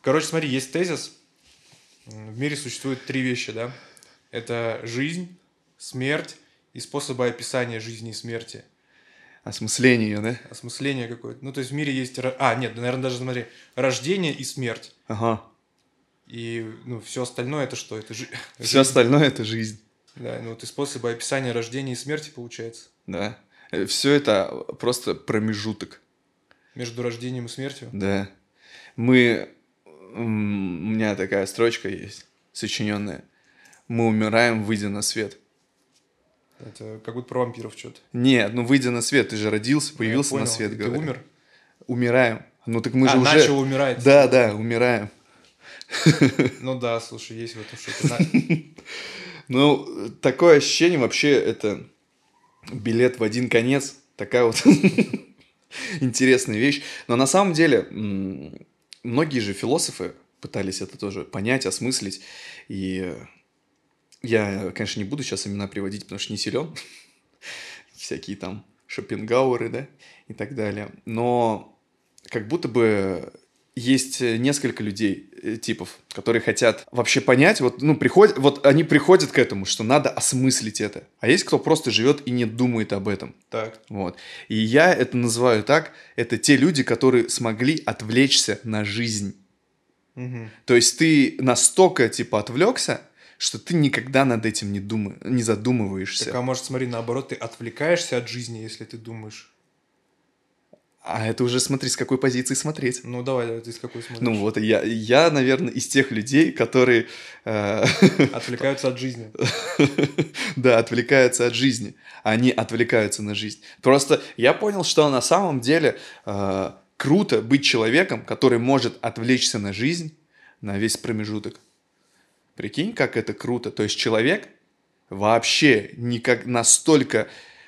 Короче, смотри, есть тезис. В мире существует три вещи, да? Это жизнь, смерть и способы описания жизни и смерти. Осмысление, да? Осмысление какое-то. Ну, то есть в мире есть... нет, наверное, даже, смотри, рождение и смерть. Ага. И, ну, все остальное это что? Это Все жизнь. остальное это жизнь. Да, ну, вот и способы описания рождения и смерти, получается. Да. Все это просто промежуток. Между рождением и смертью. Да. У меня такая строчка есть, сочиненная. Мы умираем, выйдя на свет. Это как будто про вампиров что-то. Нет, ну выйдя на свет, ты же родился, Я появился понял. на свет, И ты говорю. умер? Умираем. Ну так мы же уже... начал умирать. Да, умираем. Ну да, слушай, есть в этом что-то. Ну, такое ощущение вообще, это билет в один конец. Такая вот интересная вещь. Но на самом деле, многие же философы пытались это тоже понять, осмыслить. И я, конечно, не буду сейчас имена приводить, потому что не силен. Всякие там Шопенгауэры, да, и так далее. Но как будто бы есть несколько людей, типов, которые хотят вообще понять, они приходят к этому, что надо осмыслить это. А есть кто просто живет и не думает об этом. Так. Вот. И я это называю так, это те люди, которые смогли отвлечься на жизнь. Угу. То есть ты настолько, отвлекся, что ты никогда над этим не задумываешься. Так, а может, смотри, наоборот, ты отвлекаешься от жизни, если ты думаешь. А это уже смотри, с какой позиции смотреть. Ну, давай, ты с какой смотришь? Ну, вот я, наверное, из тех людей, которые... Отвлекаются от жизни. Да, отвлекаются от жизни. Они отвлекаются на жизнь. Просто я понял, что на самом деле круто быть человеком, который может отвлечься на жизнь на весь промежуток. Прикинь, как это круто. То есть человек вообще никак настолько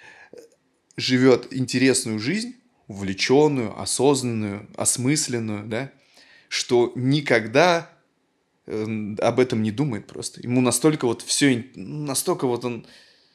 живет интересную жизнь, увлеченную, осознанную, осмысленную, да, что никогда об этом не думает просто. Ему настолько вот все, настолько вот он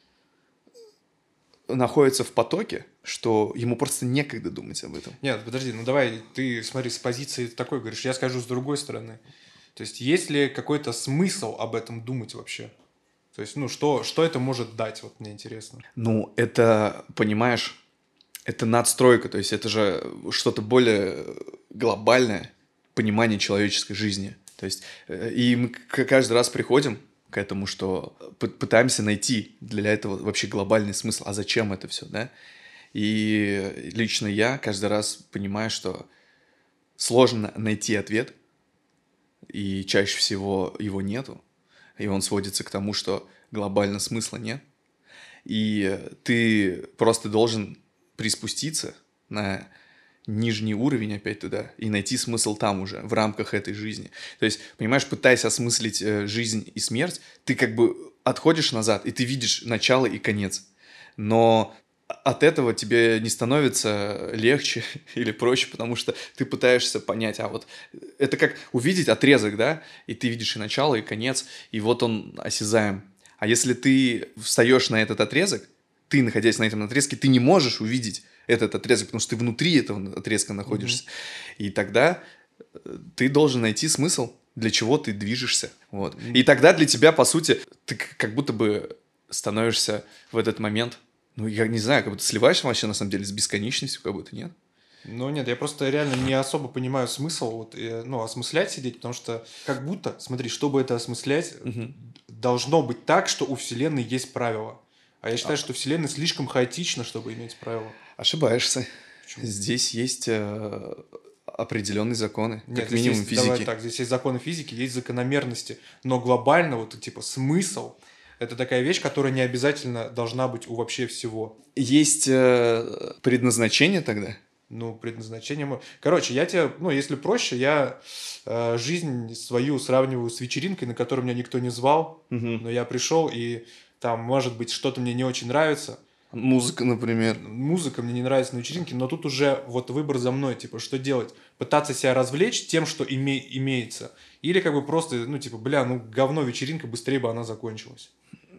находится в потоке, что ему просто некогда думать об этом. Нет, подожди, ну давай, ты смотри, с позиции такой говоришь, я скажу с другой стороны. То есть есть ли какой-то смысл об этом думать вообще? То есть, ну, что это может дать, вот мне интересно. Ну, это, понимаешь, это надстройка, то есть это же что-то более глобальное, понимание человеческой жизни. То есть, и мы каждый раз приходим к этому, что пытаемся найти для этого вообще глобальный смысл. А зачем это все, да? И лично я каждый раз понимаю, что сложно найти ответ, и чаще всего его нету. И он сводится к тому, что глобально смысла нет. И ты просто должен приспуститься на нижний уровень опять туда и найти смысл там уже, в рамках этой жизни. То есть, понимаешь, пытаясь осмыслить жизнь и смерть, ты как бы отходишь назад, и ты видишь начало и конец. Но от этого тебе не становится легче или проще, потому что ты пытаешься понять, а вот это как увидеть отрезок, да, и ты видишь и начало, и конец, и вот он осязаем. А если ты встаешь на этот отрезок, ты, находясь на этом отрезке, ты не можешь увидеть этот отрезок, потому что ты внутри этого отрезка находишься. И тогда ты должен найти смысл, для чего ты движешься. Вот. И тогда для тебя, по сути, ты как будто бы становишься в этот момент, ну, я не знаю, как будто сливаешься вообще, на самом деле, с бесконечностью, как будто, нет? Ну, нет, я просто реально не особо понимаю смысл вот, осмыслять сидеть, потому что как будто, смотри, чтобы это осмыслять, должно быть так, что у Вселенной есть правила. А я считаю, что Вселенная слишком хаотична, чтобы иметь правила. Ошибаешься. Почему? Здесь есть определенные законы, Нет, как минимум есть, физики. давай так, здесь есть законы физики, есть закономерности, но глобально вот типа смысл – это такая вещь, которая не обязательно должна быть у вообще всего. Есть предназначение тогда? Ну, предназначение... Короче, я тебе, если проще, я жизнь свою сравниваю с вечеринкой, на которую меня никто не звал, но я пришел, и там, может быть, что-то мне не очень нравится. Музыка, например. Музыка мне не нравится на вечеринке, но тут уже вот выбор за мной, типа, что делать? Пытаться себя развлечь тем, что имеется? Или как бы просто, говно вечеринка, быстрее бы она закончилась.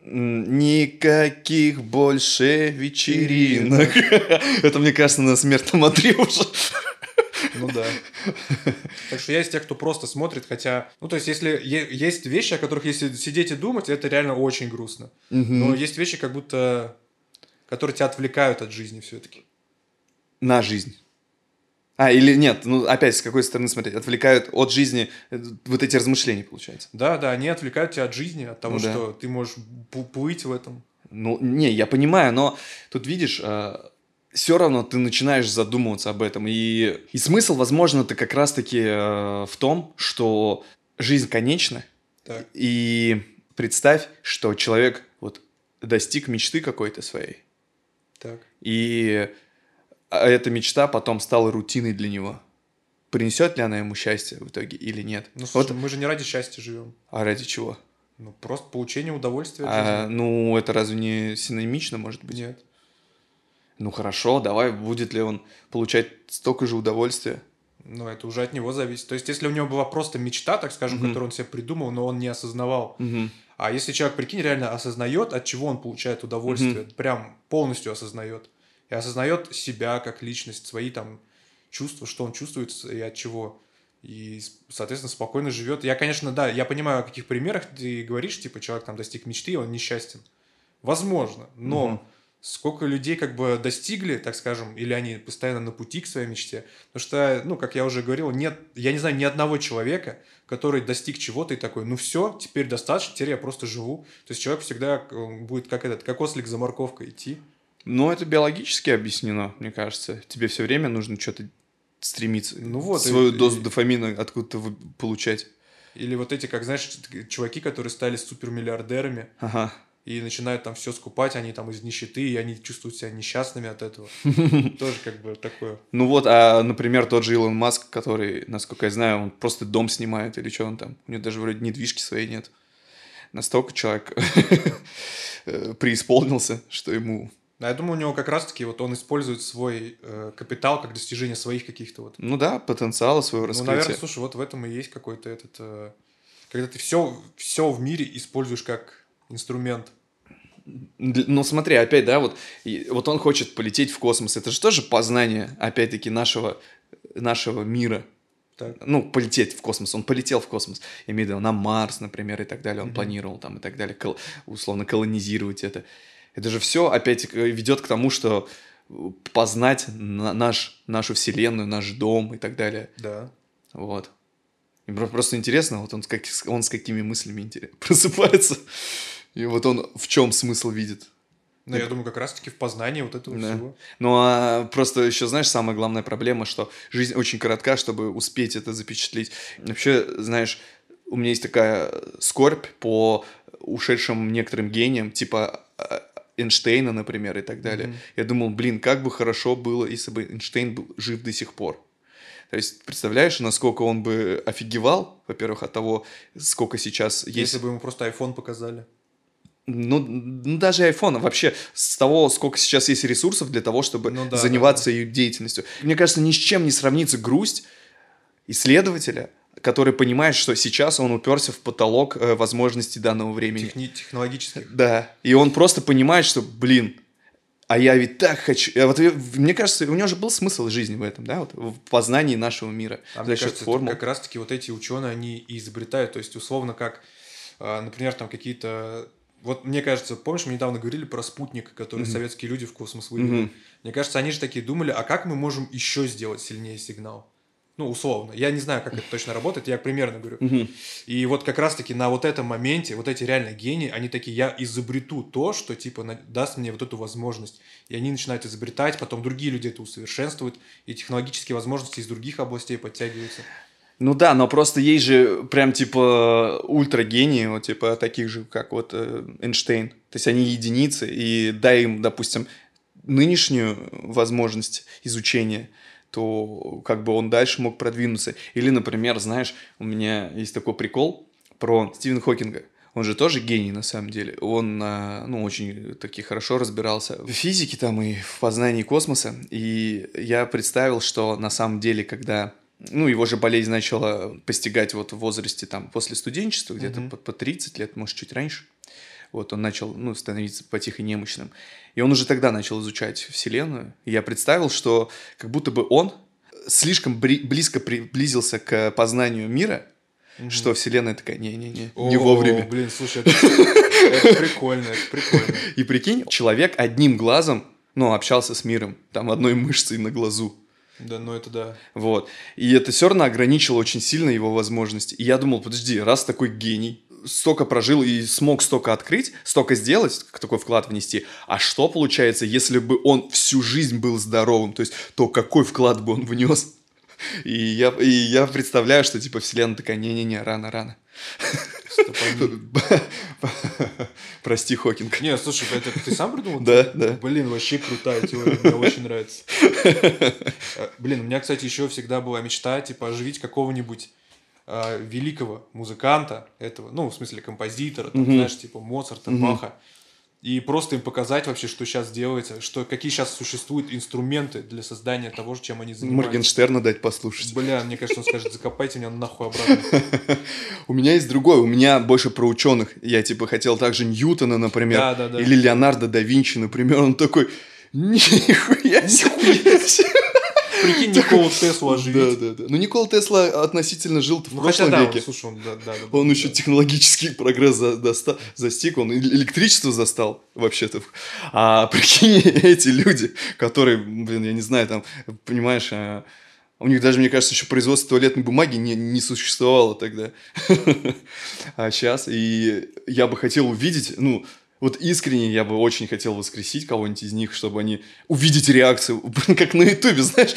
Никаких больше вечеринок. Это, мне кажется, на смертном одре уже. Ну да. Так что я из тех, кто просто смотрит, хотя... Ну, то есть, если есть вещи, о которых если сидеть и думать, это реально очень грустно. Но есть вещи, как будто... которые тебя отвлекают от жизни все-таки. На жизнь. Или нет, ну опять, с какой стороны смотреть, отвлекают от жизни вот эти размышления, получается. Да, они отвлекают тебя от жизни, от того, что ты можешь плыть в этом. Ну, не, я понимаю, но тут видишь, все равно ты начинаешь задумываться об этом. И смысл, возможно-то как раз-таки в том, что жизнь конечна. Так. И представь, что человек вот достиг мечты какой-то своей. Так. И эта мечта потом стала рутиной для него. Принесет ли она ему счастье в итоге или нет? Ну, слушай, мы же не ради счастья живем. А ради чего? Ну, просто получение удовольствия от жизни. Ну, это разве не синонимично, может быть? Нет. Ну, хорошо, давай, будет ли он получать столько же удовольствия? Ну, это уже от него зависит. То есть, если у него была просто мечта, так скажем, которую он себе придумал, но он не осознавал. А если человек, прикинь, реально осознает, от чего он получает удовольствие, прям полностью осознает. И осознает себя как личность, свои там чувства, что он чувствует и от чего. И, соответственно, спокойно живет. Я, конечно, да, я понимаю, о каких примерах ты говоришь, типа, человек там достиг мечты, он несчастен. Возможно, но сколько людей как бы достигли, так скажем, или они постоянно на пути к своей мечте. Потому что, ну, как я уже говорил, нет, я не знаю ни одного человека, который достиг чего-то и такой, ну все, теперь достаточно, теперь я просто живу. То есть человек всегда будет как ослик за морковкой идти. Ну, это биологически объяснено, мне кажется. Тебе все время нужно что-то стремиться, свою дозу дофамина откуда-то получать. Или вот эти, как знаешь, чуваки, которые стали супермиллиардерами, и начинают там все скупать, они там из нищеты, и они чувствуют себя несчастными от этого. Тоже как бы такое. Ну вот, например, тот же Илон Маск, который, насколько я знаю, он просто дом снимает или что он там. У него даже вроде недвижки своей нет. Настолько человек преисполнился, что ему... Я думаю, у него как раз-таки вот он использует свой капитал как достижение своих каких-то вот... Ну да, потенциала своего раскрытия. Ну, наверное, слушай, вот в этом и есть какой-то этот... когда ты все в мире используешь как инструмент. Ну смотри, опять, да, вот он хочет полететь в космос. Это же тоже познание, опять-таки, нашего мира. Так. Ну, полететь в космос. Он полетел в космос. Я имею в виду на Марс, например, и так далее. Он планировал там и так далее, условно колонизировать это. Это же все опять ведет к тому, что познать нашу вселенную, наш дом и так далее. Да. Вот. И просто интересно, вот он с какими мыслями просыпается. И вот он в чем смысл видит. Ну, я думаю, как раз-таки в познании вот этого всего. Ну, а просто еще, знаешь, самая главная проблема, что жизнь очень коротка, чтобы успеть это запечатлеть. Вообще, знаешь, у меня есть такая скорбь по ушедшим некоторым гениям, типа Эйнштейна, например, и так далее. Я думал, блин, как бы хорошо было, если бы Эйнштейн был жив до сих пор. То есть, представляешь, насколько он бы офигевал, во-первых, от того, сколько сейчас есть... Если бы ему просто iPhone показали. Ну, даже iPhone, вообще, с того, сколько сейчас есть ресурсов для того, чтобы заниматься ее деятельностью. Мне кажется, ни с чем не сравнится грусть исследователя, который понимает, что сейчас он уперся в потолок возможностей данного времени. Технологических. Да, и он просто понимает, что, блин, а я ведь так хочу... мне кажется, у него же был смысл жизни в этом, да, вот, в познании нашего мира. Мне кажется, как раз-таки вот эти ученые, они и изобретают, то есть, условно, как, например, там какие-то... Вот мне кажется, помнишь, мы недавно говорили про спутник, который советские люди в космос вывели? Мне кажется, они же такие думали, а как мы можем еще сделать сильнее сигнал? Ну, условно. Я не знаю, как это точно работает, я примерно говорю. И вот как раз-таки на вот этом моменте, вот эти реально гении, они такие, я изобрету то, что типа даст мне вот эту возможность. И они начинают изобретать, потом другие люди это усовершенствуют, и технологические возможности из других областей подтягиваются. Ну да, но просто есть же прям типа ультрагении, вот типа таких же, как вот Эйнштейн. То есть они единицы, и дай им, допустим, нынешнюю возможность изучения, то как бы он дальше мог продвинуться. Или, например, знаешь, у меня есть такой прикол про Стивена Хокинга. Он же тоже гений, на самом деле. Он, ну, очень таки хорошо разбирался в физике там и в познании космоса. И я представил, что на самом деле, когда... Ну, его же болезнь начала постигать вот в возрасте там после студенчества, где-то по 30 лет, может, чуть раньше. Вот он начал, ну, становиться потихо немощным. И он уже тогда начал изучать Вселенную. И я представил, что как будто бы он слишком близко приблизился к познанию мира, что вселенная такая, не вовремя. Блин, слушай, это прикольно, это прикольно. И прикинь, человек одним глазом, общался с миром, там одной мышцей на глазу. Да, это да. Вот. И это все равно ограничило очень сильно его возможности. И я думал, подожди, раз такой гений, столько прожил и смог столько открыть, столько сделать, такой вклад внести, а что получается, если бы он всю жизнь был здоровым? То есть, то какой вклад бы он внес? И я представляю, что типа вселенная такая, не-не-не, рано. Прости, Хокинг. Не, слушай, это ты сам придумал? Да. Блин, вообще крутая теория, мне очень нравится. Блин, у меня, кстати, еще всегда была мечта, типа, оживить какого-нибудь великого музыканта этого, в смысле композитора, там, знаешь, типа Моцарта, Баха, и просто им показать вообще, что сейчас делается, какие сейчас существуют инструменты для создания того, чем они занимаются. Моргенштерна дать послушать. Бля, мне кажется, он скажет, закопайте меня нахуй обратно. У меня есть другой, у меня больше про ученых. Я типа хотел также Ньютона, например, Да. или Леонардо да Винчи, например, он такой, нихуя себе. Прикинь, Николу Теслу оживить. Да. Ну, Никола Тесла относительно жил-то в прошлом веке. Слушай, он еще технологический прогресс застиг, он электричество застал, вообще-то. А прикинь, эти люди, которые, блин, я не знаю, там, понимаешь, у них даже, мне кажется, еще производство туалетной бумаги не существовало тогда. А сейчас, и я бы хотел увидеть, вот искренне я бы очень хотел воскресить кого-нибудь из них, чтобы они увидеть реакцию, как на Ютубе, знаешь,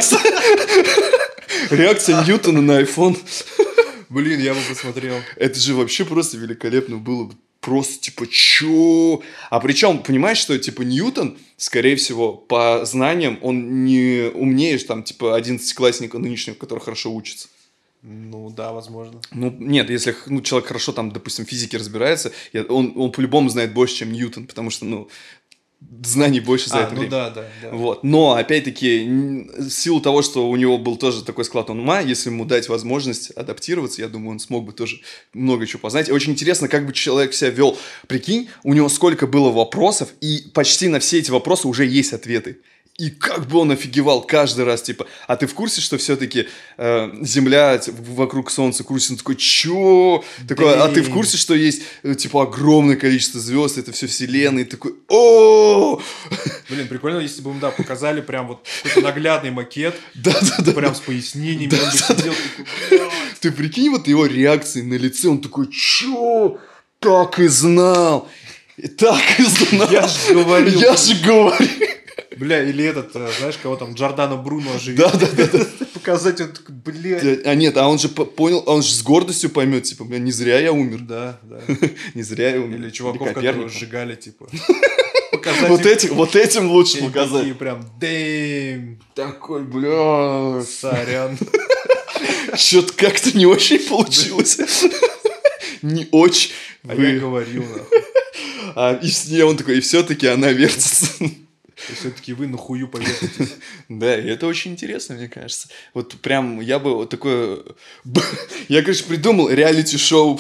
реакция Ньютона на iPhone. Блин, я бы посмотрел. Это же вообще просто великолепно было бы. Просто типа, чё? А причем, понимаешь, что типа Ньютон, скорее всего, по знаниям, он не умнее, там, типа, 11-классника нынешнего, который хорошо учится. Ну да, возможно. Нет, если человек хорошо там, допустим, в физике разбирается, он по-любому знает больше, чем Ньютон, потому что, знаний больше за это время. Да. Вот. Но, опять-таки, в силу того, что у него был тоже такой склад ума, если ему дать возможность адаптироваться, я думаю, он смог бы тоже много чего познать. И очень интересно, как бы человек себя вел. Прикинь, у него сколько было вопросов, и почти на все эти вопросы уже есть ответы. И как бы он офигевал каждый раз, типа, а ты в курсе, что все-таки Земля вокруг Солнца крутится? Он такой, чё? Такой, а ты в курсе, что есть, типа, огромное количество звезд, это все Вселенная? И такой, о. Блин, прикольно, если бы им, показали прям вот какой-то наглядный макет. Да. Прям с пояснениями. Он бы сидел такой, ты прикинь, вот его реакции на лице, он такой, чё? Так и знал. Я же говорил. Бля, или знаешь, кого там, Джордано Бруно оживить. Да. Показать, он такой, блядь. Нет, он же понял, он же с гордостью поймет, типа, не зря я умер. Да. Не зря я умер. Или чуваков, которые сжигали, типа. Вот этим лучше показать. Такие прям, дэйм. Такой, бля. Сорян. Что-то как-то не очень получилось. Не очень. Я говорил, нахуй. И с ней он такой, и все-таки она вертится. И все-таки вы нахую повеситесь. Да, и это очень интересно, мне кажется. Вот прям я бы вот такое... Я, конечно, придумал реалити-шоу.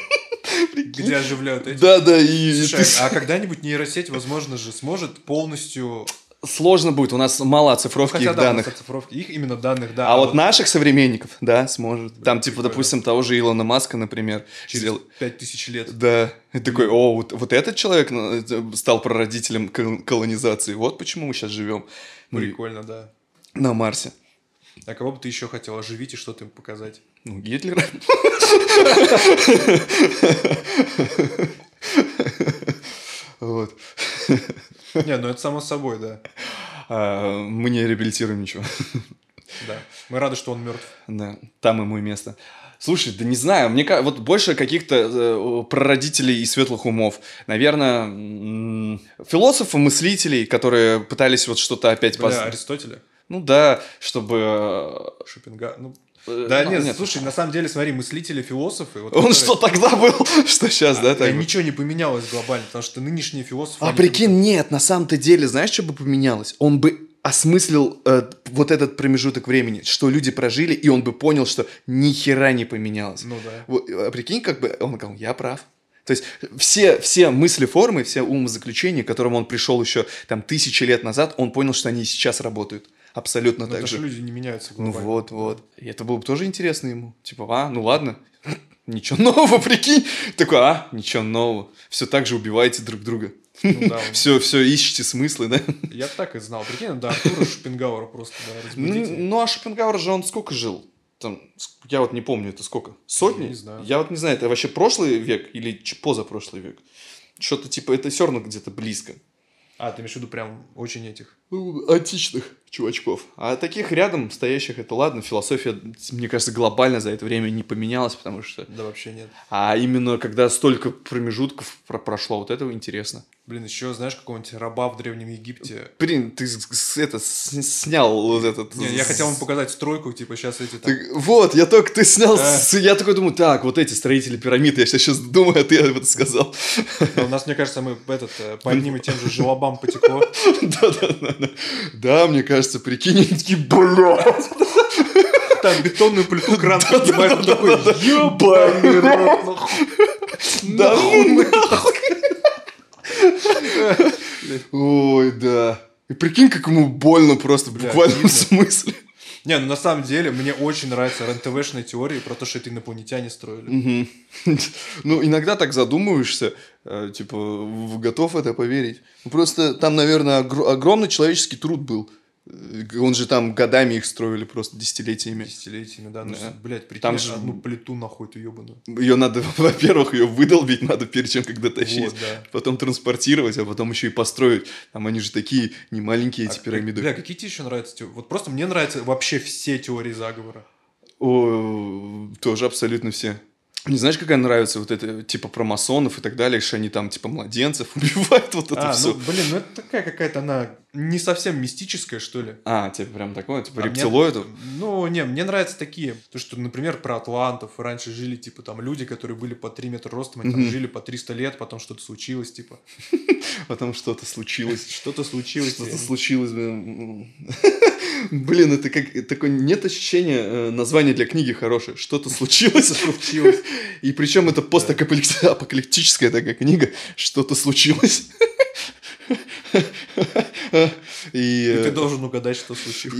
Где оживляют эти. Да. Слушай, а когда-нибудь нейросеть, возможно же, сможет полностью... Сложно будет, у нас мало оцифровки их данных. Их именно данных, да. А вот наших современников, да, сможет. Там, типа, допустим, того же Илона Маска, например. Через 5000 лет. Да. И такой, вот этот человек стал прародителем колонизации. Вот почему мы сейчас живем. Прикольно, да. На Марсе. А кого бы ты еще хотел оживить и что-то им показать? Гитлера. Вот. Не, это само собой, да. Мы не реабилитируем ничего. Да. Мы рады, что он мертв. Да, там ему и место. Слушай, да не знаю, мне кажется, вот больше каких-то прародителей и светлых умов. Наверное, философов, мыслителей, которые пытались вот что-то опять... Аристотеля? Ну да, чтобы... Шопенга... Да, нет, слушай, на самом деле, смотри, мыслители, философы... Вот, он что тогда был, что сейчас, да? Так ничего не поменялось глобально, потому что нынешние философы... А прикинь, нет, на самом-то деле, знаешь, что бы поменялось? Он бы осмыслил вот этот промежуток времени, что люди прожили, и он бы понял, что ни хера не поменялось. Ну да. Вот, а прикинь, как бы он говорил, я прав. То есть все мысли-формы, все умозаключения, к которым он пришел еще там 1000 лет назад, он понял, что они и сейчас работают. абсолютно Ну, так потому же. что люди не меняются Ну глобально. вот. И это было бы тоже интересно ему. Типа, ну ладно, ничего нового, прикинь. Такой, ничего нового. Все так же убиваете друг друга. Ну да. Все ищете смыслы, да? Я так и знал. Прикинь, да, Артура Шопенгауэра просто, да, разбудите. Ну, а Шопенгауэр же он сколько жил? Там, я вот не помню, это сколько? Сотни? Я не знаю. Я вот не знаю, это вообще прошлый век или позапрошлый век? Что-то типа, это все равно где-то близко. Ты имеешь в виду прям очень этих? Ну, античных чувачков. А таких рядом стоящих, это ладно, философия, мне кажется, глобально за это время не поменялась, потому что... Да вообще нет. А именно, когда столько промежутков прошло, вот это интересно. Блин, еще знаешь какого-нибудь раба в Древнем Египте? Блин, ты снял вот этот... Не, я хотел вам показать стройку, типа сейчас эти там... Вот, я только ты снял, я такой думаю, так, вот эти строители пирамид, я сейчас думаю, а ты это сказал. У нас, мне кажется, мы по одним и тем же желобам потекло. Да, мне кажется, прикинь, они такие, блядь. Там бетонную плиту кран поднимает, он такой, ёбаный рот, нахуй. Да нахуй. Ой, да. И прикинь, как ему больно просто, в буквальном смысле. Не, ну на самом деле, мне очень нравятся РЕН-ТВшные теории про то, что это инопланетяне строили. Ну, иногда так задумываешься, типа, готов это поверить. Просто там, наверное, огромный человеческий труд был. Он же там годами их строили, просто десятилетиями. Десятилетиями, да. Ну, блядь, прикинь, там же... одну плиту нахуй эту ебаную. Ее надо, во-первых, ее выдолбить надо перед чем когда тащить. Вот, да. Потом транспортировать, а потом еще и построить. Там они же такие не маленькие, эти пирамиды. Бля, какие тебе еще нравятся теории? Вот просто мне нравятся вообще все теории заговора. Тоже абсолютно все. Не знаешь, какая нравится вот это, типа, про масонов и так далее, что они там, типа, младенцев убивают, вот это все. Ну, блин, ну это такая какая-то она не совсем мистическая, что ли. Типа, прям такое, типа, рептилоидов? Мне нравятся такие. То, что, например, про атлантов. Раньше жили, типа, там, люди, которые были по 3 метра ростом, они там жили по 300 лет, потом что-то случилось, типа. Потом что-то случилось. Что-то случилось. Что-то случилось, блин. Блин, это как такое, нет ощущения, название для книги хорошее. Что-то случилось. И причем это постапокалиптическая такая книга. Что-то случилось. И ты должен угадать, что случилось. И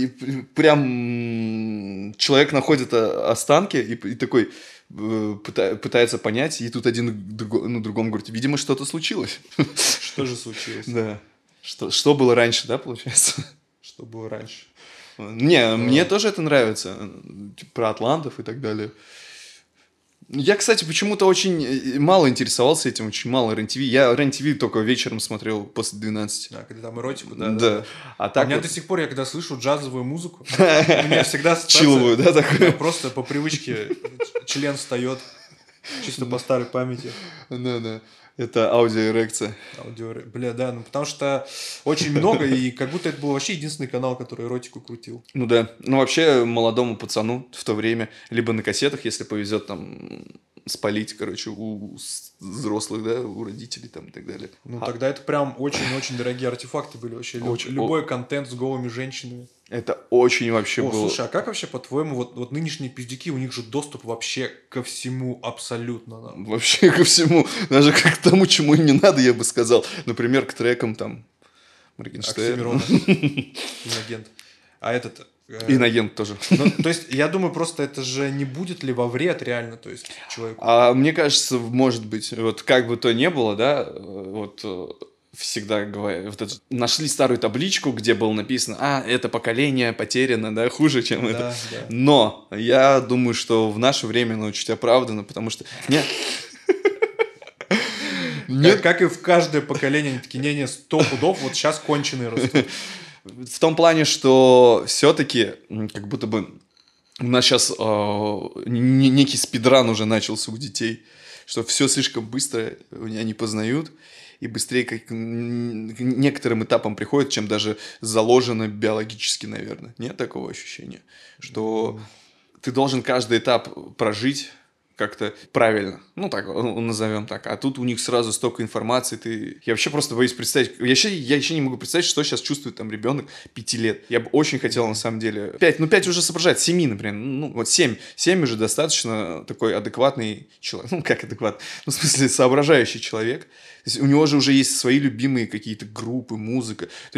прям человек находит останки и такой пытается понять, и тут один другому говорит, видимо, что-то случилось. Что же случилось? Да. Что было раньше, да, получается? Что было раньше? Не, мне тоже это нравится. Про атлантов и так далее. Я, кстати, почему-то очень мало интересовался этим, очень мало РЕН-ТВ. Я РЕН-ТВ только вечером смотрел после 12. Когда там эротику, да. Да. А у меня до сих пор, я когда слышу джазовую музыку, у меня всегда чиловую, да, такое? Просто по привычке член встает, чисто по старой памяти. Да. Это аудиоэрекция. Бля, да, ну потому что очень много, и как будто это был вообще единственный канал, который эротику крутил. Ну да. Ну вообще молодому пацану в то время, либо на кассетах, если повезет там спалить, короче, у взрослых, да, у родителей там и так далее. Ну тогда это прям очень-очень дорогие артефакты были вообще. Любой контент с голыми женщинами. Это очень вообще было... Слушай, а как вообще, по-твоему, вот нынешние пиздюки, у них же доступ вообще ко всему абсолютно. Да? Вообще ко всему. Даже к тому, чему им не надо, я бы сказал. Например, к трекам там Моргенштерна. Инагент. А этот... Инагент тоже. То есть, я думаю, просто это же не будет ли во вред реально, то есть, человеку? Мне кажется, может быть. Вот как бы то ни было, да, вот... Всегда говорят, нашли старую табличку, где было написано, это поколение потеряно, да, хуже, чем это. Да. Но я думаю, что в наше время оно чуть оправдано, потому что... Нет. Как и в каждое поколение, они такие, не, 100 пудов, вот сейчас конченые растут. В том плане, что все-таки, как будто бы у нас сейчас некий спидран уже начался у детей, что все слишком быстро они познают. И быстрее к некоторым этапам приходит, чем даже заложено биологически, наверное. Нет такого ощущения, что ты должен каждый этап прожить как-то правильно. Ну, так, назовем так. А тут у них сразу столько информации. Я вообще просто боюсь представить... Я еще не могу представить, что сейчас чувствует там ребенок 5 лет. Я бы очень хотел, на самом деле... 5 уже соображает. 7, например. Ну, вот 7. 7 уже достаточно такой адекватный человек. Ну, как адекватный? Ну, в смысле, соображающий человек. То есть у него же уже есть свои любимые какие-то группы, музыка. То есть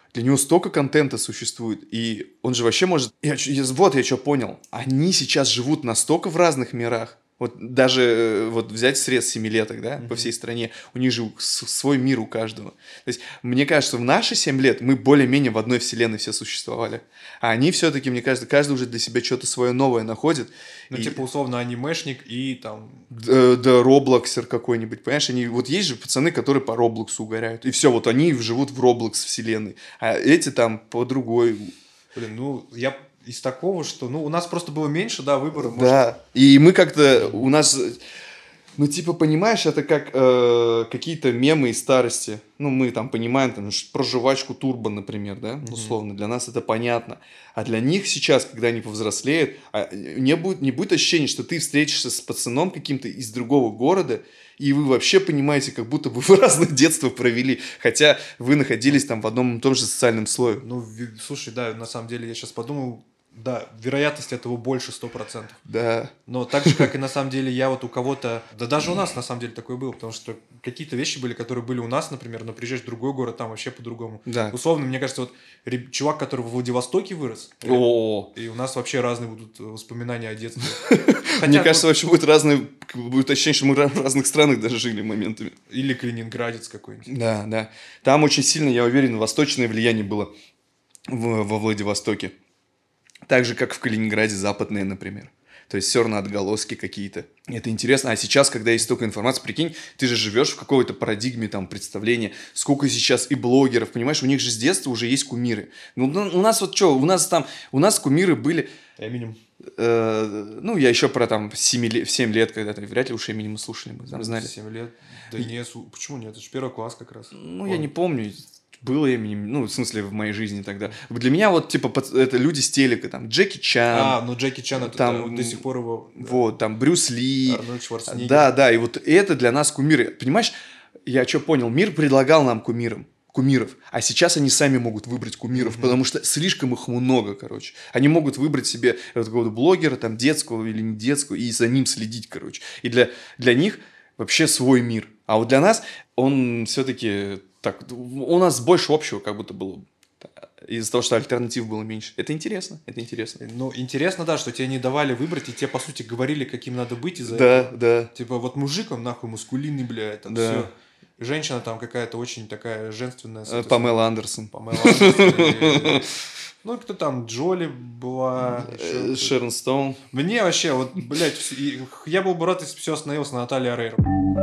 Для него столько контента существует, и он же вообще может... Я что понял. Они сейчас живут настолько в разных мирах. Вот даже вот взять срез семилеток, да, по всей стране, у них же свой мир у каждого. То есть, мне кажется, в наши 7 лет мы более-менее в одной вселенной все существовали. А они все-таки, мне кажется, каждый уже для себя что-то свое новое находит. Ну, типа, условно, анимешник и там... Да, роблоксер какой-нибудь, понимаешь? Они, вот есть же пацаны, которые по Роблоксу угоряют. И все, вот они живут в Роблокс вселенной. А эти там по другой... Блин, ну, я из такого, что... Ну, у нас просто было меньше, да, выбора. Да, может... и мы как-то... У нас... Ну, типа, понимаешь, это как какие-то мемы из старости. Ну, мы там понимаем, там, про жвачку Турбо, например, да, условно. Для нас это понятно. А для них сейчас, когда они повзрослеют, не будет ощущения, что ты встретишься с пацаном каким-то из другого города, и вы вообще понимаете, как будто бы вы разное детство провели, хотя вы находились там в одном и том же социальном слое. Ну, слушай, да, на самом деле, я сейчас подумал, да, вероятность этого больше 100%. Да. Но так же, как и на самом деле я вот у кого-то... Да даже у нас на самом деле такое было, потому что какие-то вещи были, которые были у нас, например, но приезжаешь в другой город, там вообще по-другому. Да. Условно, мне кажется, вот чувак, который во Владивостоке вырос, и у нас вообще разные будут воспоминания о детстве. Мне кажется, вообще будет ощущение, что мы в разных странах даже жили моментами. Или калининградец какой-нибудь. Да, да. Там очень сильно, я уверен, восточное влияние было во Владивостоке. Так же, как в Калининграде западные, например. То есть все равно отголоски какие-то. Это интересно. А сейчас, когда есть столько информации, прикинь, ты же живешь в какой-то парадигме там представления. Сколько сейчас и блогеров, понимаешь? У них же с детства уже есть кумиры. Ну, у нас вот что, у нас кумиры были... Эминем. Ну, я еще про там в 7 лет когда-то, вряд ли уж Эминема слушали, мы там знали. 7 лет? Да нет, почему нет? Это же 1 класс как раз. Ну, я не помню. Было Эминем, ну, в смысле, в моей жизни тогда. Для меня вот, типа, это люди с телека, там, Джеки Чан. Ну Джеки Чан, это там, да, вот до сих пор его... Вот, там, Брюс Ли. Арнольд Шварценеггер. Да, да, и вот это для нас кумиры. Понимаешь, я что понял, мир предлагал нам кумиров, а сейчас они сами могут выбрать кумиров, потому что слишком их много, короче. Они могут выбрать себе какого-то блогера, там, детского или не детского, и за ним следить, короче. И для них вообще свой мир. А вот для нас он все-таки... Так, у нас больше общего как будто было. Из-за того, что альтернатив было меньше. Это интересно, это интересно. Ну, интересно, да, что тебе не давали выбрать, и тебе, по сути, говорили, каким надо быть из-за этого. этого. Да. Типа, вот мужик, он нахуй мускулинный, блядь, там все. Женщина там какая-то очень такая женственная. Памела Андерсон. Ну, кто там, Джоли была. Шерон Стоун. Мне вообще, вот, блядь, я был бы рад, если бы все остановилось на Наталье Орейро.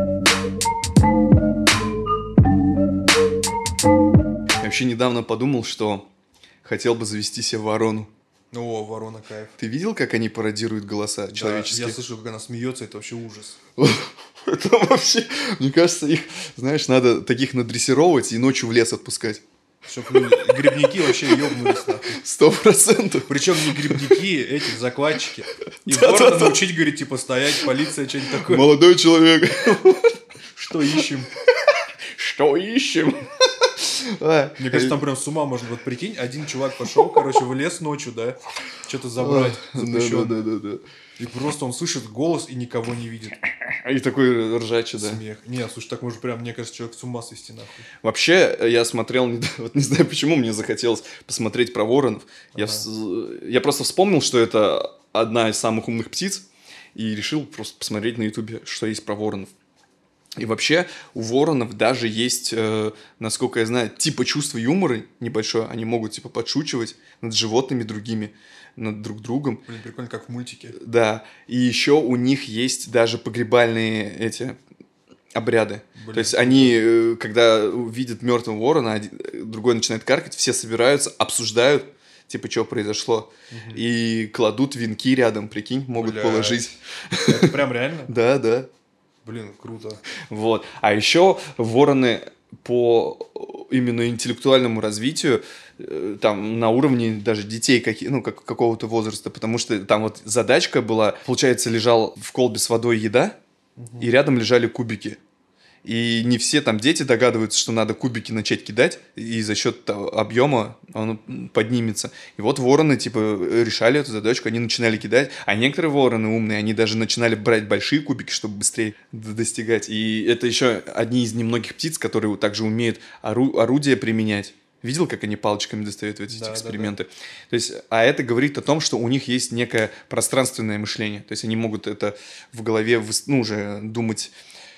Я вообще недавно подумал, что хотел бы завести себе ворону. О, ворона кайф. Ты видел, как они пародируют голоса человеческие? Да, я слышу, как она смеется, это вообще ужас. Это вообще, мне кажется, их, знаешь, надо таких надрессировать и ночью в лес отпускать. Чтобы грибники вообще ёбнулись нахуй. 100%. Причем не грибники, эти закладчики. И ворона научить, говорит, типа, стоять, полиция, что-нибудь такое. Молодой человек. Что ищем? Что ищем? Мне кажется, там прям с ума можно. Вот прикинь, один чувак пошел, короче, в лес ночью, да, что-то забрать. Да. И просто он слышит голос и никого не видит. И такой ржачий, да. Смех. Не, слушай, так можно прям, мне кажется, человек с ума свести нахуй. Вообще, я смотрел, вот не знаю почему, мне захотелось посмотреть про воронов. Я просто вспомнил, что это одна из самых умных птиц, и решил просто посмотреть на ютубе, что есть про воронов. И вообще у воронов даже есть, насколько я знаю, типа чувство юмора небольшое. Они могут типа подшучивать над животными другими, над друг другом. Блин, прикольно, как в мультике. Да. И еще у них есть даже погребальные эти обряды. Блин, то есть они, когда видят мертвого ворона, другой начинает каркать, все собираются, обсуждают, типа, что произошло. И кладут венки рядом, прикинь, могут положить. Это прям реально? Да. Блин, круто. Вот. А еще вороны по именно интеллектуальному развитию там на уровне даже детей какого-то возраста, потому что там вот задачка была, получается, лежал в колбе с водой еда, и рядом лежали кубики. И не все там дети догадываются, что надо кубики начать кидать, и за счет объема он поднимется. И вот вороны, типа, решали эту задачку, они начинали кидать, а некоторые вороны умные, они даже начинали брать большие кубики, чтобы быстрее достигать. И это еще одни из немногих птиц, которые также умеют орудия применять. Видел, как они палочками достают эти эксперименты? Да. То есть, а это говорит о том, что у них есть некое пространственное мышление. То есть они могут это в голове уже думать,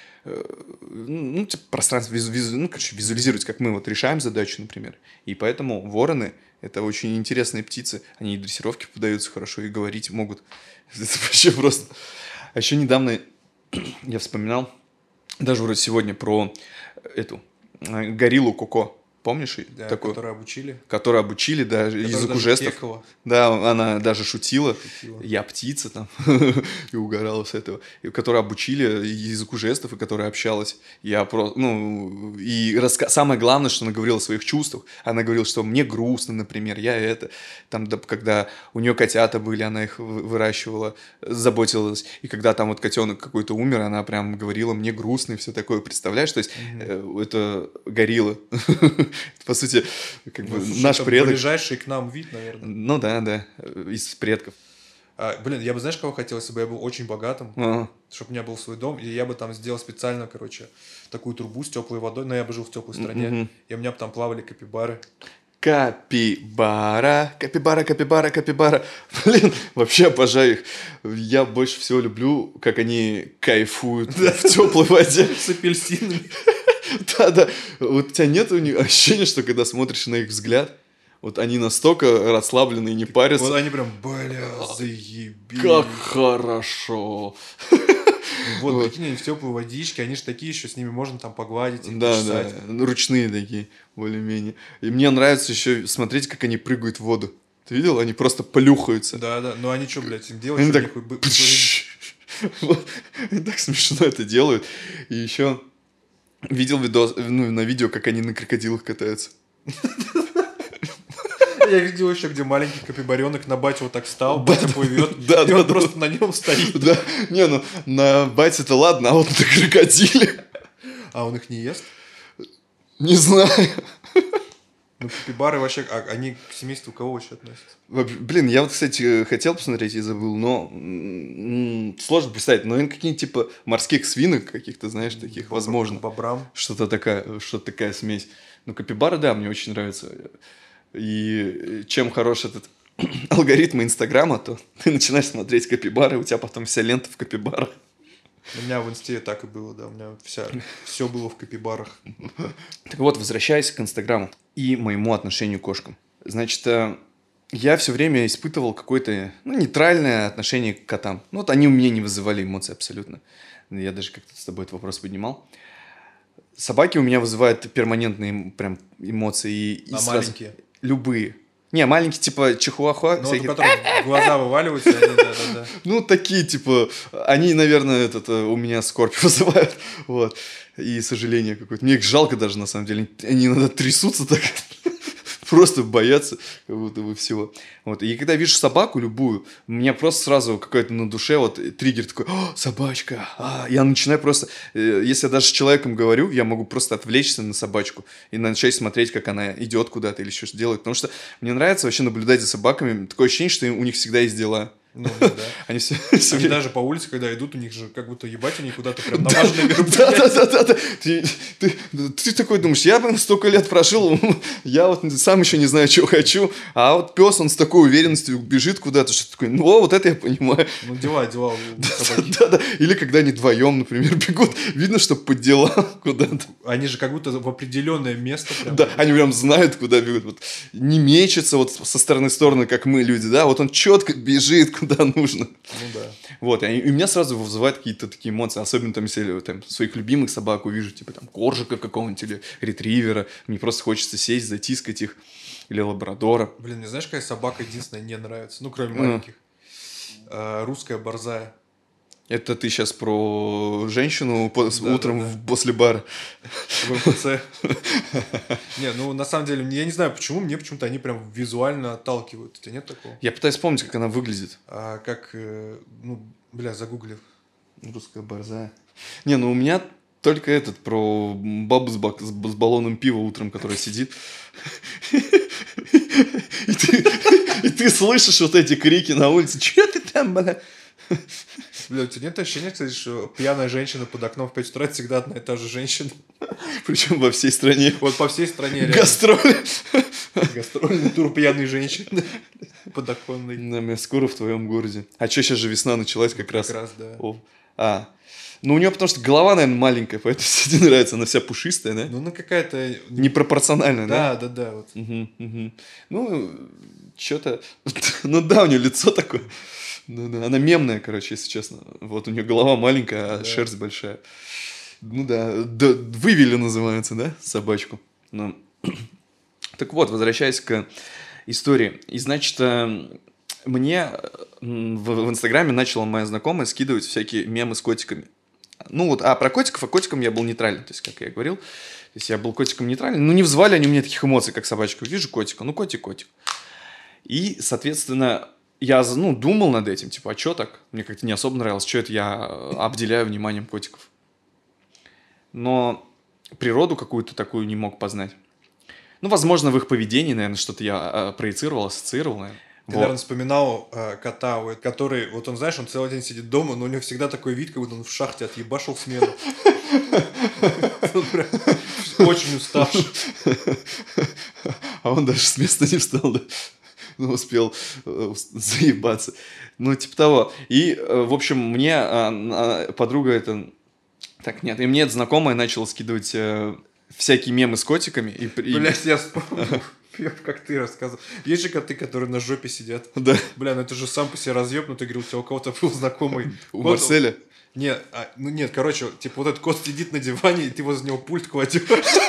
типа пространство, визуализировать, как мы вот решаем задачу, например. И поэтому вороны — это очень интересные птицы. Они и дрессировки поддаются хорошо, и говорить могут. Это вообще просто... А еще недавно я вспоминал, даже вроде сегодня, про эту гориллу Коко. Помнишь? Да, такую, которую обучили. Которую обучили, да, языку жестов. Кекала. Да, она даже шутила. Я птица там. И угорала с этого. И которую обучили языку жестов, и которая общалась. Я просто, самое главное, что она говорила о своих чувствах. Она говорила, что мне грустно, например, я это. Там, когда у нее котята были, она их выращивала, заботилась. И когда там вот котенок какой-то умер, она прям говорила, мне грустно и все такое. Представляешь? То есть это горилла. По сути, как бы наш предок. Ближайший к нам вид, наверное. Ну да, из предков. Я бы, знаешь, кого хотел, если бы я был очень богатым, чтобы у меня был свой дом, и я бы там сделал специально, такую трубу с теплой водой, но я бы жил в теплой стране, и у меня бы там плавали капибары. Капибара. Блин, вообще обожаю их. Я больше всего люблю, как они кайфуют в теплой воде. С апельсинами. Да. Вот у тебя нет ощущения, что когда смотришь на их взгляд, вот они настолько расслаблены и не парятся. Вот они прям, заебись. Как хорошо. Вот, прикинь, они в теплой водичке, они же такие еще, с ними можно там погладить и почесать. Да, ручные такие, более-менее. И мне нравится еще смотреть, как они прыгают в воду. Ты видел? Они просто плюхаются. Да, ну они что, блядь, им делать? Они так... Они так смешно это делают. И еще... Видел видос, на видео, как они на крокодилах катаются. Я видел еще, где маленький капибаренок на батю вот так встал, батя плывет, и он просто на нем стоит. Да, на бате-то ладно, а вот на крокодиле. А он их не ест? Не знаю. Ну, капибары вообще, они к семейству кого вообще относятся? Блин, я вот, кстати, хотел посмотреть и забыл, но сложно представить. Но какие-нибудь типа морских свинок каких-то, знаешь, таких, возможно. Бобрам. Что-то такая смесь. Ну, капибары, да, мне очень нравится. И чем хорош этот алгоритм Инстаграма, то ты начинаешь смотреть капибары, у тебя потом вся лента в капибарах. У меня в инсте так и было, да, у меня все было в капибарах. Так вот, возвращаясь к Инстаграму и моему отношению к кошкам. Значит, я все время испытывал какое-то нейтральное отношение к котам. Ну, вот они у меня не вызывали эмоций абсолютно. Я даже как-то с тобой этот вопрос поднимал. Собаки у меня вызывают перманентные прям эмоции. А маленькие? Любые. Не, маленькие, типа чихуахуа. Ну, всякие... которые глаза вываливаются, они, да. Ну, такие, типа, они, наверное, у меня скорбь вызывают, вот, и сожаление какое-то. Мне их жалко даже, на самом деле. Они иногда трясутся так, просто боятся, как будто бы всего. Вот, и когда вижу собаку любую, у меня просто сразу какой-то на душе вот триггер такой: собачка. Я начинаю просто, если я даже с человеком говорю, я могу просто отвлечься на собачку и начать смотреть, как она идет куда-то или что-то делает. Потому что мне нравится вообще наблюдать за собаками. Такое ощущение, что у них всегда есть дела. Ну, да. Они даже по улице, когда идут, у них же как будто ебать, они куда-то прям на важное мероприятие. Да. Ты такой думаешь, я бы столько лет прожил, я вот сам еще не знаю, чего хочу, а вот пес, он с такой уверенностью бежит куда-то, что такой, вот это я понимаю. Ну, дела у собаки. Да. Или когда они вдвоем, например, бегут, видно, что по делам куда-то. Они же как будто в определенное место. Да, они прям знают, куда бегут. Вот, не мечется вот со стороны в сторону, как мы, люди, да, вот он четко бежит, куда нужно. Ну да. Вот, и меня сразу вызывают какие-то такие эмоции, особенно там, если там своих любимых собак увижу, типа там коржика какого-нибудь или ретривера, мне просто хочется сесть, затискать их, или лабрадора. Блин, мне знаешь, какая собака единственная не нравится? Ну, кроме маленьких. Русская борзая. Это ты сейчас про женщину утром после бара. В МФЦ. Не, ну на самом деле, я не знаю почему, мне почему-то они прям визуально отталкивают. У тебя нет такого? Я пытаюсь вспомнить, как она выглядит. Загугли. Русская борзая. Не, ну у меня только про бабу с баллоном пива утром, которая сидит. И ты слышишь вот эти крики на улице. Че ты там, бля? Бля, у тебя нет ощущения, кстати, что пьяная женщина под окном в 5 утра — это всегда одна и та же женщина? Причем во всей стране. Вот по всей стране реально. Гастроли. Гастрольный тур пьяной женщины. Подоконный. Скоро в твоем городе. А что, сейчас же весна началась как раз. Как раз, да. Ну, у нее потому что голова, наверное, маленькая, поэтому тебе нравится. Она вся пушистая, да? Ну, она какая-то... Непропорциональная, да? Да. Вот. Ну, что-то... Ну да, у нее лицо такое. Да. Она мемная, короче, если честно. Вот у нее голова маленькая, а шерсть большая. Ну да, вывели называется, да, собачку. Ну. Так вот, возвращаясь к истории. И, значит, мне в Инстаграме начала моя знакомая скидывать всякие мемы с котиками. Ну вот, про котиков, котиком я был нейтральным, то есть, как я и говорил. То есть, я был котиком нейтральным. Ну, не взвали они у меня таких эмоций, как собачка. Вижу котика, ну, котик. И, соответственно, я, думал над этим, типа, а что так? Мне как-то не особо нравилось, что это я обделяю вниманием котиков. Но природу какую-то такую не мог познать. Ну, возможно, в их поведении, наверное, что-то я проецировал, ассоциировал, наверное. Ты, наверное, вспоминал кота, который, вот он, знаешь, он целый день сидит дома, но у него всегда такой вид, как будто он в шахте отъебашил смену. Он прям очень уставший. А он даже с места не встал, да? Ну, успел заебаться. Ну, типа того. И, в общем, мне подруга это... Так, нет, и мне эта знакомая начала скидывать всякие мемы с котиками. Блять, я вспомнил. Как ты рассказывал. Есть же коты, которые на жопе сидят. Да. Бля, ну это же сам по себе разъеб, но ты говорил, у тебя у кого-то был знакомый. У Марселя? Нет, нет, короче, типа вот этот кот сидит на диване, и ты возле него пульт кладешь.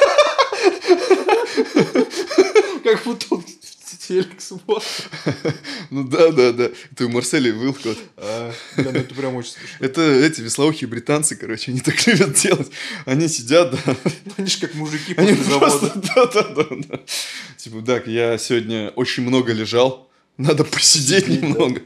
Как будто он телек смотрит. Ну да. Это у Марселя был кот. Бля, ну это прям очень смешно. Это эти веслоухие британцы, короче, они так любят делать. Они сидят, да. Они же как мужики после завода. Да. Типа, так, я сегодня очень много лежал, надо посидеть немного.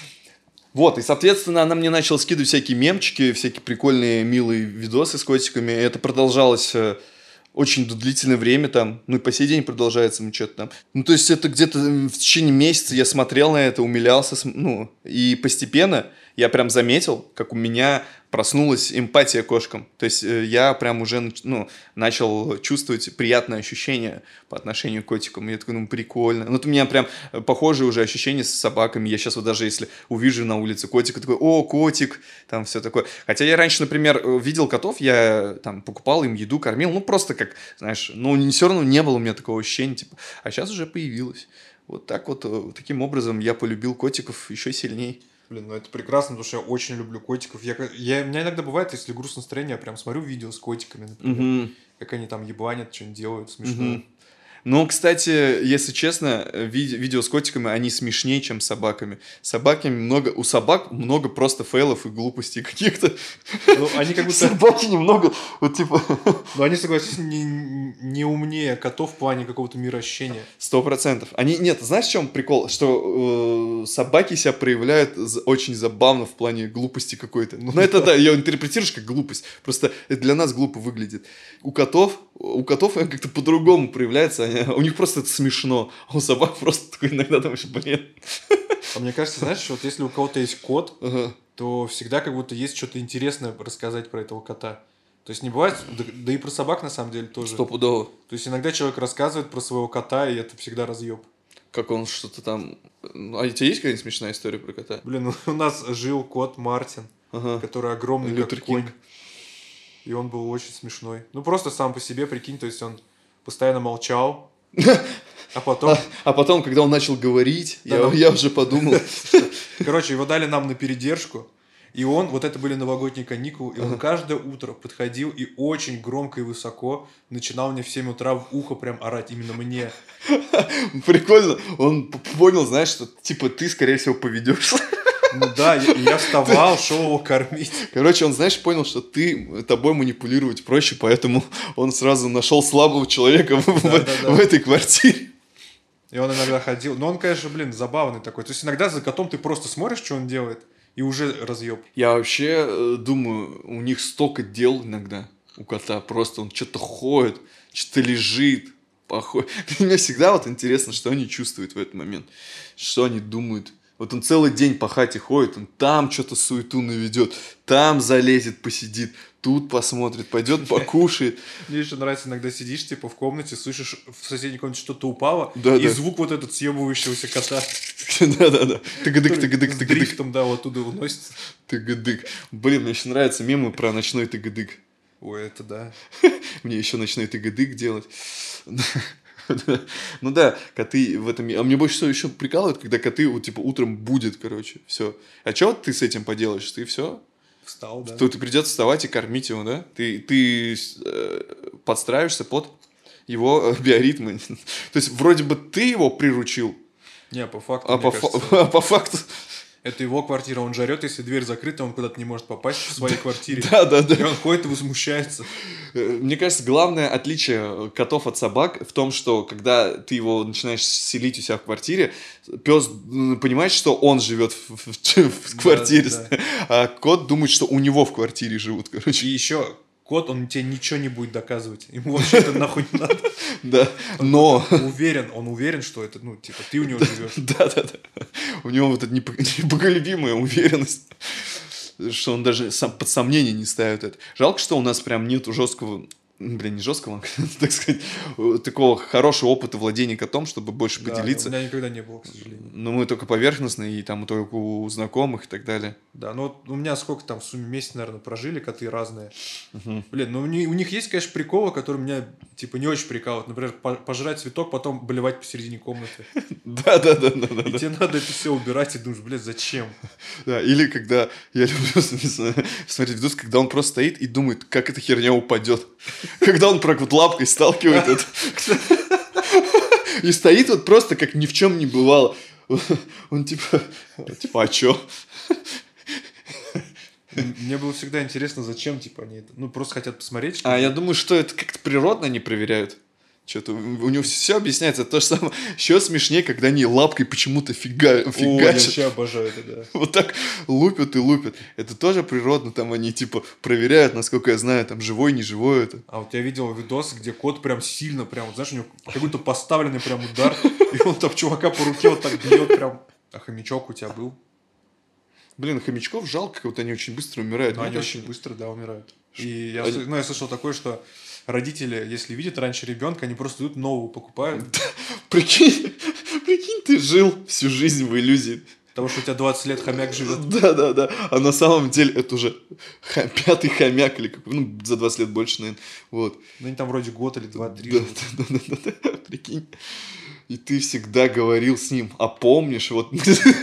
Вот, и, соответственно, она мне начала скидывать всякие мемчики, всякие прикольные, милые видосы с котиками. И это продолжалось очень длительное время там, ну и по сей день продолжается, мы что-то там. Ну, то есть, это где-то в течение месяца я смотрел на это, умилялся, и постепенно я прям заметил, как у меня проснулась эмпатия к кошкам. То есть, я прям уже, начал чувствовать приятное ощущение по отношению к котикам. И я такой, прикольно. Ну, это у меня прям похожие уже ощущения с собаками. Я сейчас вот даже если увижу на улице котика, такой, о, котик, там все такое. Хотя я раньше, например, видел котов, я там покупал им еду, кормил, просто как, знаешь, все равно не было у меня такого ощущения, типа, а сейчас уже появилось. Вот так вот, таким образом я полюбил котиков еще сильнее. Блин, ну это прекрасно, потому что я очень люблю котиков. У меня иногда бывает, если грустное настроение, я прям смотрю видео с котиками, например, как они там ебанят, что-нибудь делают, смешно. Ну, кстати, если честно, видео с котиками, они смешнее, чем с собаками. У собак много просто фейлов и глупостей каких-то. Ну, они как будто... Собаки немного, вот типа... Ну, они, согласись, не умнее котов в плане какого-то мироощения. 100%. Нет, знаешь, в чем прикол? Что собаки себя проявляют очень забавно в плане глупости какой-то. Но это, да, ее интерпретируешь как глупость. Просто это для нас глупо выглядит. У котов как-то по-другому проявляется. У них просто это смешно. А у собак просто такой иногда думаешь, блин. А мне кажется, знаешь, что вот если у кого-то есть кот, то всегда как будто есть что-то интересное рассказать про этого кота. То есть не бывает, да и про собак на самом деле тоже. Стопудово. То есть иногда человек рассказывает про своего кота, и это всегда разъеб. Как он что-то там... А у тебя есть какая-нибудь смешная история про кота? Блин, у нас жил кот Мартин, который огромный, как конь. И он был очень смешной. Ну, просто сам по себе, прикинь, то есть он постоянно молчал, а потом... А потом, когда он начал говорить, я уже подумал... Короче, его дали нам на передержку, и он, вот это были новогодние каникулы, и он каждое утро подходил и очень громко и высоко начинал мне в 7 утра в ухо прям орать, именно мне. Прикольно. Он понял, знаешь, что типа ты, скорее всего, поведешься. Ну да, я вставал, шел его кормить. Короче, он, знаешь, понял, что тобой манипулировать проще, поэтому он сразу нашел слабого человека в этой квартире. И он иногда ходил. Но он, конечно, забавный такой. То есть иногда за котом ты просто смотришь, что он делает, и уже разъеб. Я вообще думаю, у них столько дел иногда у кота. Просто он что-то ходит, что-то лежит, походит. Мне всегда вот интересно, что они чувствуют в этот момент. Что они думают. Вот он целый день по хате ходит, он там что-то суету наведет, там залезет, посидит, тут посмотрит, пойдет покушает. Мне еще нравится, иногда сидишь, типа, в комнате, слышишь, в соседней комнате что-то упало, Да, и да. звук вот этот съебывающегося кота. Да-да-да. Тыгадык, тыгадык, С тыгадык. дрифтом, да, вот оттуда уносится. Тыгадык. Блин, мне еще нравятся мемы про ночной тыгадык. Ой, это да. Мне еще ночной тыгадык делать. Ну да, коты в этом... А мне больше всего еще прикалывает, когда коты вот, типа утром будят, короче, все. А что ты с этим поделаешь? Ты все? Встал, да. Тут придется вставать и кормить его, да? Ты подстраиваешься под его биоритмы. То есть вроде бы ты его приручил, Не, по факту, а мне кажется, по факту... это его квартира, он жарет, если дверь закрыта, он куда-то не может попасть в своей квартире. Да-да-да. И он ходит и возмущается. Мне кажется, главное отличие котов от собак в том, что когда ты его начинаешь селить у себя в квартире, пес понимает, что он живет в квартире, да. а кот думает, что у него в квартире живут, И короче. еще кот, он тебе ничего не будет доказывать. Ему вообще это нахуй не надо. Да, но... Он уверен, что это, ну, типа, ты у него живешь. Да-да-да. У него вот эта непоколебимая уверенность, что он даже под сомнение не ставит это. Жалко, что у нас прям нету жесткого... Блин, не жесткого, так сказать, такого хорошего опыта владения котом, чтобы больше Да, поделиться. у меня никогда не было, к сожалению. Но мы только поверхностные, и там только у знакомых и так далее. Да, ну вот у меня сколько там в сумме месяц, наверное, прожили коты разные. Блин, ну у них есть, конечно, приколы, которые меня, типа, не очень прикалывают. Например, пожрать цветок, потом блевать посередине комнаты. Да-да-да. И тебе надо это все убирать, и думаешь, блядь, зачем? Да, или когда, я люблю смотреть видос, когда он просто стоит и думает, как эта херня упадет. Когда он прям вот лапкой сталкивает это. И стоит вот просто, как ни в чем не бывало. Он типа, а чё? Мне было всегда интересно, зачем, типа, они это... Ну, просто хотят посмотреть, что... А я думаю, что это как-то природно они проверяют. Что-то у него все объясняется. То же самое. Еще смешнее, когда они лапкой почему-то О, я фигачат. вообще обожаю это, да. Вот так лупят и лупят. Это тоже природно. Там они типа проверяют, насколько я знаю, там живой, не живой это. А вот я видел видос, где кот прям сильно, прям, вот, знаешь, у него какой-то поставленный прям удар, и он там чувака по руке вот так бьет прям. А хомячок у тебя был? Блин, хомячков жалко, как вот они очень быстро умирают. Но Мне они кажется, очень быстро, да, умирают. И я, Они- я слышал такое, что родители, если видят раньше ребенка, они просто идут нового покупают, Прикинь, ты жил всю жизнь в иллюзии. потому что у тебя 20 лет хомяк живет. Да. А на самом деле это уже пятый хомяк или какой, ну, за 20 лет больше, наверное. Вот. Ну, они там вроде год или 2-3 Да, живут. да, прикинь. И ты всегда говорил с ним, а помнишь, вот...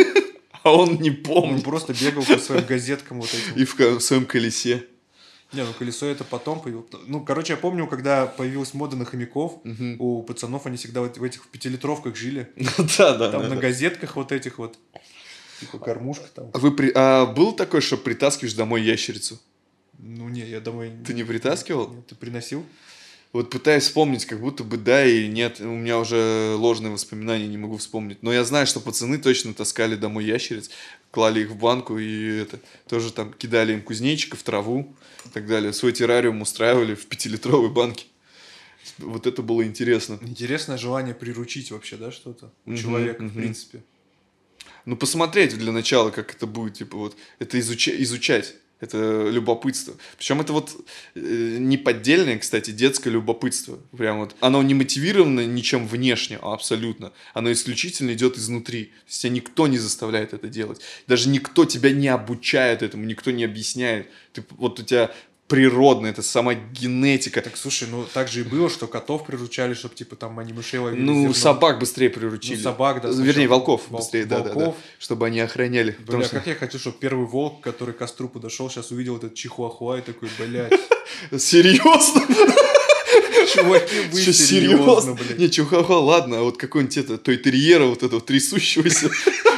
А он не Он помнит. просто бегал по своим газеткам вот этим. И в своем колесе. Не, ну колесо это потом появилось. Ну, короче, я помню, когда появилась мода на хомяков, у пацанов они всегда вот в этих пятилитровках жили. Да. Там на газетках вот этих вот. Типа кормушка там. А был такой, что притаскиваешь домой ящерицу? Ну, не, я домой... Ты не притаскивал? Нет, ты приносил? Вот пытаюсь вспомнить, как будто бы да и нет. У меня уже ложные воспоминания, не могу вспомнить. Но я знаю, что пацаны точно таскали домой ящериц, клали их в банку и это тоже там кидали им кузнечиков, траву и так далее. Свой террариум устраивали в 5-литровой банке. Вот это было интересно. Интересное желание приручить вообще, да, что-то у человека, в принципе. Ну, посмотреть для начала, как это будет, типа вот, это изучать. Это любопытство. Причем это вот не поддельное, кстати, детское любопытство. Прям вот оно не мотивировано ничем внешне, абсолютно. Оно исключительно идет изнутри. То есть тебя никто не заставляет это делать. Даже никто тебя не обучает этому, никто не объясняет. Вот у тебя природно, это сама генетика. Так, слушай, ну так же и было, что котов приручали, чтобы типа там они мышей ловили. Ну, зерно. собак быстрее приручили. Ну, собак, да. Вернее, сначала волков быстрее, да. Чтобы они охраняли. Бля, Потому что- как я хочу, чтобы первый волк, который к костру подошел, сейчас увидел этот чихуахуа и такой, блядь, Серьезно? чуваки, вы Что, серьезно, блядь. Не, чихуахуа, ладно, а вот какой-нибудь той терьера, вот этого трясущегося,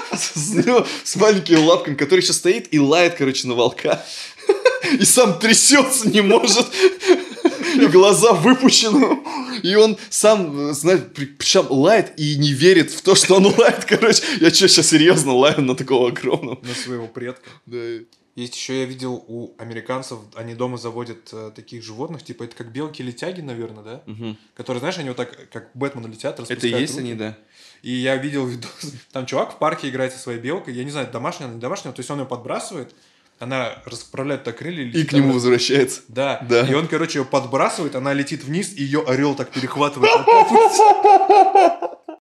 с маленькими лапками, который сейчас стоит и лает, короче, на волка. И сам трясется не может. И глаза выпущены. И он сам, знаешь, причем лает и не верит в то, что он лает, короче. Я что, сейчас серьезно лаю на такого огромного? На своего предка. Да. Есть еще, я видел у американцев, они дома заводят таких животных, типа это как белки-летяги, наверное, да? Угу. Которые, знаешь, они вот так, как Бэтмену летят, Это и распускают есть руки. они, да? И я видел видос, там чувак в парке играет со своей белкой, я не знаю, домашняя она, не домашняя, то есть он ее подбрасывает, она расправляет так крылья. И к нему возвращается. Да. Да. И он, короче, ее подбрасывает, она летит вниз, и ее орел так перехватывает.